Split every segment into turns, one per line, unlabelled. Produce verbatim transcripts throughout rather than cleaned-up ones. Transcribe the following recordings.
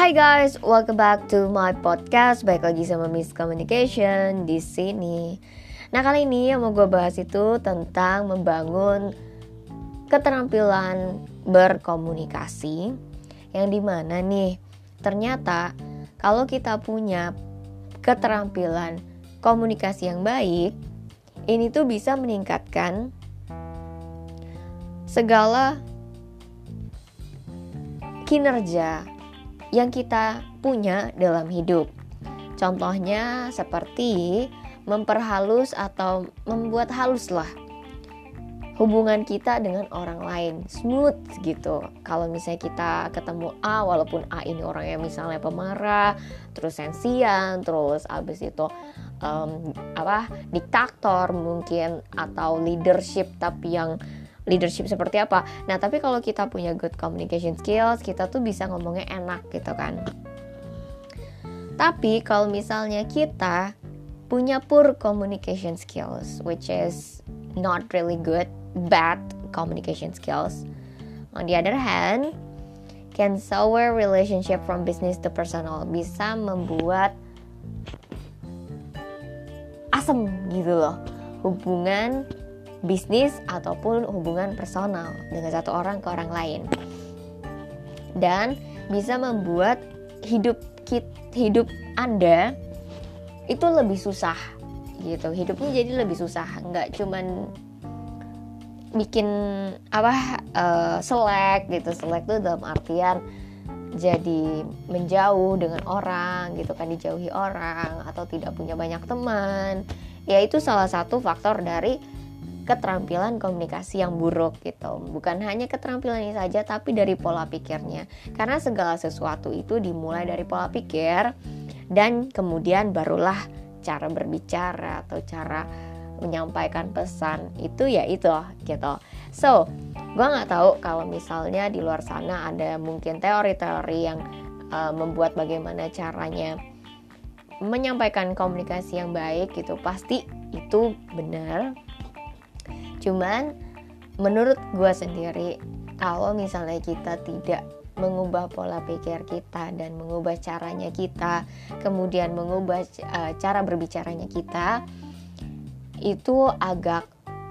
Hai guys, welcome back to my podcast. Baik lagi sama Miss Communication di sini. Nah, kali ini yang mau gue bahas itu tentang membangun keterampilan berkomunikasi, yang dimana nih ternyata kalau kita punya keterampilan komunikasi yang baik, ini tuh bisa meningkatkan segala kinerja yang kita punya dalam hidup. Contohnya seperti memperhalus atau membuat halus lah hubungan kita dengan orang lain, smooth gitu. Kalau misalnya kita ketemu A, walaupun A ini orangnya misalnya pemarah, terus sensian, terus abis itu um, apa diktator mungkin, atau leadership tapi yang leadership seperti apa. Nah, tapi kalau kita punya good communication skills, kita tuh bisa ngomongnya enak gitu kan. Tapi kalau misalnya kita punya poor communication skills, which is not really good, bad communication skills, on the other hand, can sour relationship from business to personal, bisa membuat asem gitu loh hubungan bisnis ataupun hubungan personal dengan satu orang ke orang lain, dan bisa membuat hidup kit, hidup Anda itu lebih susah gitu. Hidupnya jadi lebih susah, nggak cuman bikin apa uh, selek gitu. Selek tuh dalam artian jadi menjauh dengan orang gitu kan, dijauhi orang atau tidak punya banyak teman. Ya, itu salah satu faktor dari keterampilan komunikasi yang buruk gitu. Bukan hanya keterampilan ini saja, tapi dari pola pikirnya. Karena segala sesuatu itu dimulai dari pola pikir, dan kemudian barulah cara berbicara atau cara menyampaikan pesan itu ya itu gitu. So, gue nggak tahu kalau misalnya di luar sana ada mungkin teori-teori yang uh, membuat bagaimana caranya menyampaikan komunikasi yang baik gitu. Pasti itu benar. Cuman menurut gue sendiri, kalau misalnya kita tidak mengubah pola pikir kita dan mengubah caranya kita, kemudian mengubah uh, cara berbicaranya kita, itu agak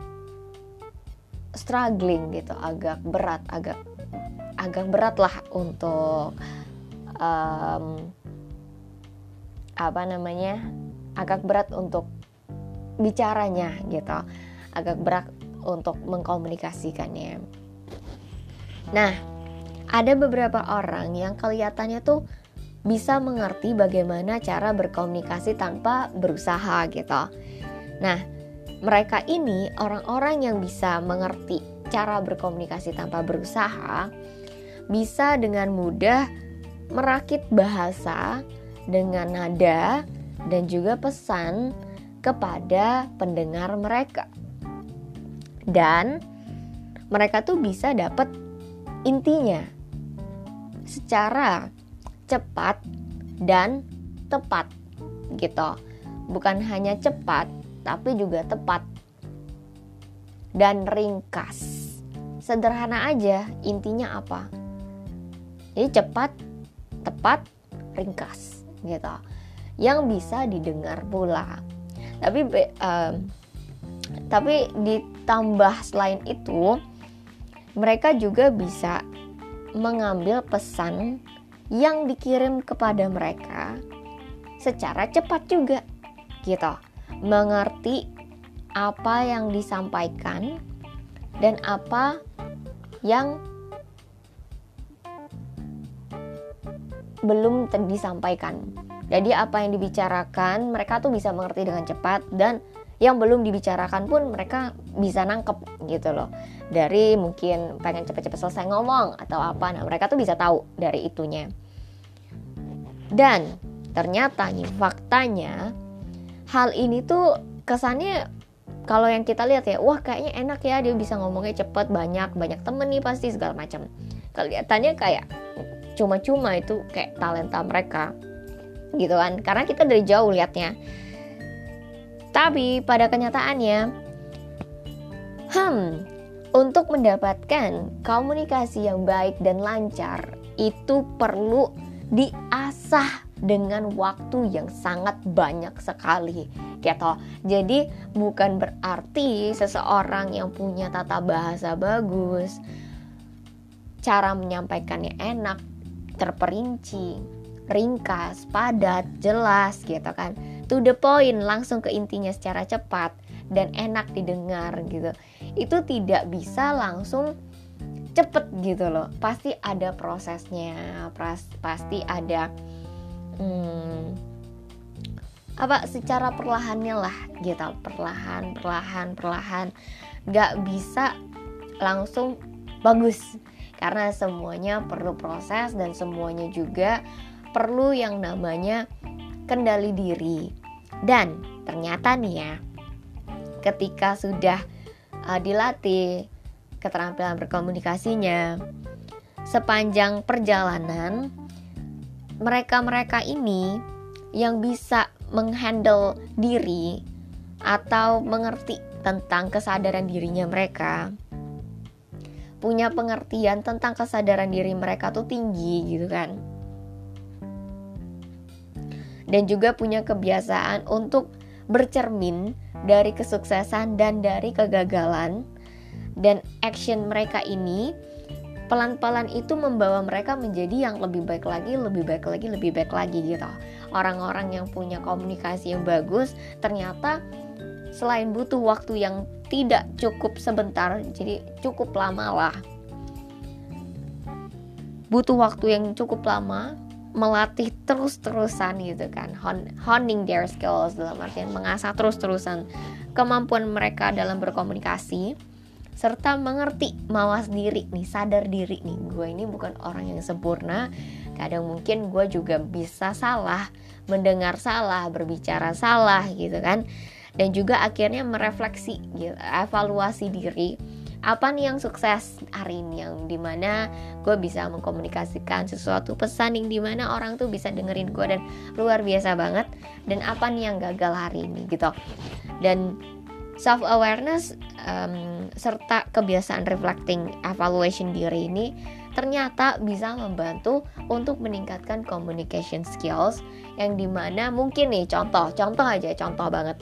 struggling gitu, agak berat, agak agak berat lah untuk um, apa namanya, agak berat untuk bicaranya gitu, agak berat untuk mengkomunikasikannya. Nah, ada beberapa orang yang kelihatannya tuh bisa mengerti bagaimana cara berkomunikasi tanpa berusaha gitu. Nah, mereka ini orang-orang yang bisa mengerti cara berkomunikasi tanpa berusaha, bisa dengan mudah merakit bahasa dengan nada dan juga pesan kepada pendengar mereka. Dan mereka tuh bisa dapat intinya secara cepat dan tepat gitu. Bukan hanya cepat, tapi juga tepat dan ringkas. Sederhana aja, intinya apa? Jadi cepat, tepat, ringkas gitu, yang bisa didengar pula. Tapi um, tapi ditambah selain itu, mereka juga bisa mengambil pesan yang dikirim kepada mereka secara cepat juga gitu. Mengerti apa yang disampaikan dan apa yang belum disampaikan. Jadi apa yang dibicarakan mereka tuh bisa mengerti dengan cepat, dan yang belum dibicarakan pun mereka bisa nangkep gitu loh. Dari mungkin pengen cepet-cepet selesai ngomong atau apa, nah mereka tuh bisa tahu dari itunya. Dan ternyata nih faktanya, hal ini tuh kesannya kalau yang kita lihat ya, wah kayaknya enak ya, dia bisa ngomongnya cepet, banyak banyak temen nih pasti segala macam. Kelihatannya kayak cuma-cuma, itu kayak talenta mereka gitu kan, karena kita dari jauh lihatnya. Tapi pada kenyataannya, hmm, untuk mendapatkan komunikasi yang baik dan lancar, itu perlu diasah dengan waktu yang sangat banyak sekali gitu. Jadi bukan berarti seseorang yang punya tata bahasa bagus, cara menyampaikannya enak, terperinci, ringkas, padat, jelas gitu kan, to the point, langsung ke intinya secara cepat dan enak didengar gitu, itu tidak bisa langsung cepet gitu loh. Pasti ada prosesnya, pasti ada hmm, apa secara perlahannya lah gitu, perlahan perlahan perlahan, nggak bisa langsung bagus karena semuanya perlu proses dan semuanya juga perlu yang namanya kendali diri. Dan ternyata nih ya, ketika sudah uh, dilatih keterampilan berkomunikasinya sepanjang perjalanan, mereka-mereka ini yang bisa menghandle diri atau mengerti tentang kesadaran dirinya mereka, punya pengertian tentang kesadaran diri mereka tuh tinggi gitu kan, dan juga punya kebiasaan untuk bercermin dari kesuksesan dan dari kegagalan, dan action mereka ini pelan-pelan itu membawa mereka menjadi yang lebih baik lagi, lebih baik lagi, lebih baik lagi gitu. Orang-orang yang punya komunikasi yang bagus ternyata selain butuh waktu yang tidak cukup sebentar, jadi cukup lama lah, butuh waktu yang cukup lama, melatih terus-terusan gitu kan, honing their skills, dalam artian mengasah terus-terusan kemampuan mereka dalam berkomunikasi, serta mengerti, mawas diri nih, sadar diri nih, gue ini bukan orang yang sempurna, kadang mungkin gue juga bisa salah, mendengar salah, berbicara salah gitu kan. Dan juga akhirnya merefleksi gitu, evaluasi diri, apa nih yang sukses hari ini, yang dimana gue bisa mengkomunikasikan sesuatu pesan yang dimana orang tuh bisa dengerin gue dan luar biasa banget, dan apa nih yang gagal hari ini gitu. Dan self awareness um, serta kebiasaan reflecting, evaluation diri ini ternyata bisa membantu untuk meningkatkan communication skills, yang dimana mungkin nih contoh contoh aja contoh banget.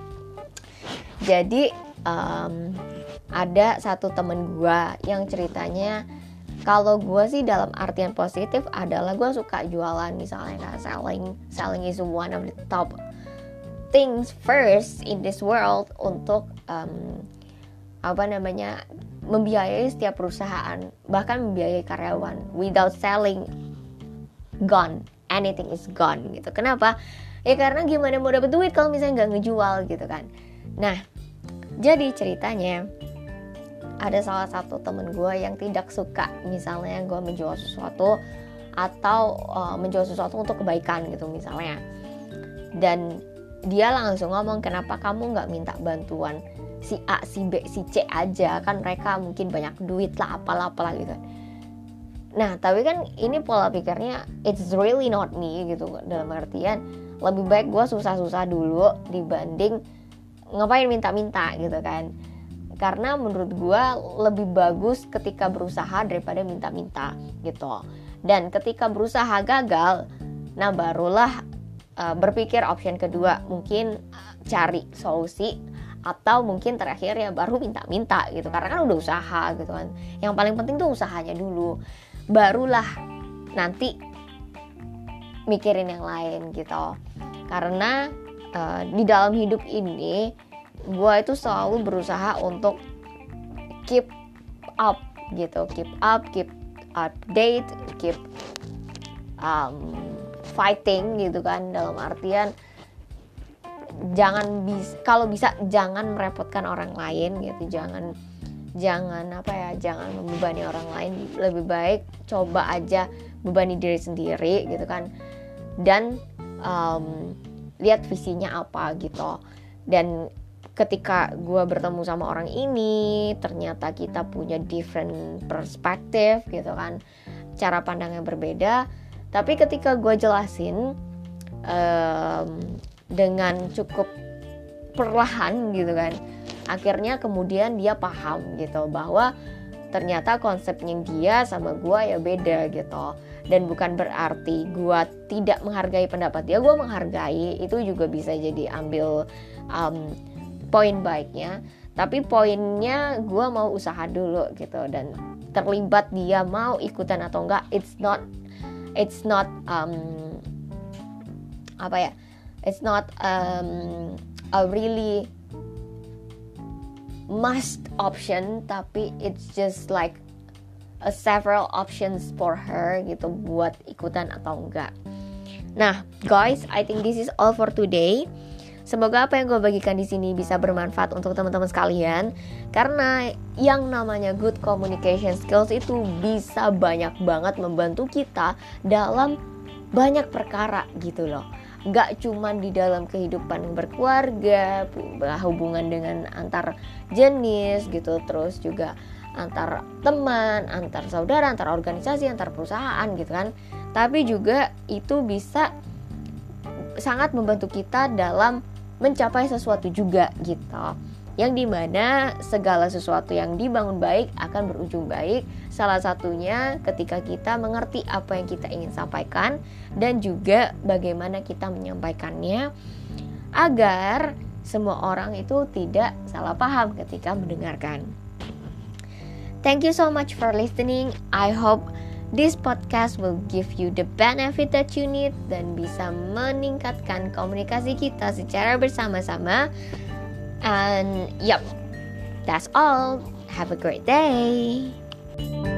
Jadi um, ada satu temen gue yang ceritanya, kalau gue sih dalam artian positif adalah gue suka jualan misalnya kan, selling selling is one of the top things first in this world untuk um, apa namanya membiayai setiap perusahaan, bahkan membiayai karyawan. Without selling, gone, anything is gone gitu. Kenapa? Ya karena gimana mau dapet duit kalau misalnya nggak ngejual gitu kan. Nah, jadi ceritanya ada salah satu temen gue yang tidak suka misalnya gue menjual sesuatu atau uh, menjual sesuatu untuk kebaikan gitu misalnya. Dan dia langsung ngomong, kenapa kamu nggak minta bantuan si A, si B, si C aja, kan mereka mungkin banyak duit lah, apalah apalah gitu. Nah tapi kan ini pola pikirnya it's really not me gitu, dalam artian lebih baik gue susah-susah dulu dibanding ngapain minta-minta gitu kan. Karena menurut gue lebih bagus ketika berusaha daripada minta-minta gitu. Dan ketika berusaha gagal, nah barulah uh, berpikir option kedua, mungkin uh, cari solusi, atau mungkin terakhir ya baru minta-minta gitu. Karena kan udah usaha gitu kan. Yang paling penting tuh usahanya dulu, barulah nanti mikirin yang lain gitu. Karena uh, di dalam hidup ini gue itu selalu berusaha untuk keep up gitu, keep up, keep update, keep um, fighting gitu kan, dalam artian jangan bis, kalau bisa jangan merepotkan orang lain gitu, jangan jangan apa ya, jangan membebani orang lain, lebih baik coba aja bebani diri sendiri gitu kan, dan um, lihat visinya apa gitu. Dan ketika gue bertemu sama orang ini, ternyata kita punya different perspektif gitu kan, cara pandang yang berbeda. Tapi ketika gue jelasin um, dengan cukup perlahan gitu kan, akhirnya kemudian dia paham gitu bahwa ternyata konsepnya dia sama gue ya beda gitu. Dan bukan berarti gue tidak menghargai pendapat dia, gue menghargai, itu juga bisa jadi ambil um, poin baiknya. Tapi poinnya gue mau usaha dulu gitu, dan terlibat dia mau ikutan atau enggak, it's not it's not um, apa ya it's not um, a really must option, tapi it's just like a several options for her gitu buat ikutan atau enggak. Nah guys, I think this is all for today. Semoga apa yang gue bagikan di sini bisa bermanfaat untuk teman-teman sekalian, karena yang namanya good communication skills itu bisa banyak banget membantu kita dalam banyak perkara gitu loh. Gak cuma di dalam kehidupan berkeluarga, hubungan dengan antar jenis gitu, terus juga antar teman, antar saudara, antar organisasi, antar perusahaan gitu kan. Tapi juga itu bisa sangat membantu kita dalam mencapai sesuatu juga gitu, yang dimana segala sesuatu yang dibangun baik akan berujung baik. Salah satunya ketika kita mengerti apa yang kita ingin sampaikan dan juga bagaimana kita menyampaikannya, agar semua orang itu tidak salah paham ketika mendengarkan. Thank you so much for listening. I hope this podcast will give you the benefit that you need dan bisa meningkatkan komunikasi kita secara bersama-sama. And yep, that's all. Have a great day.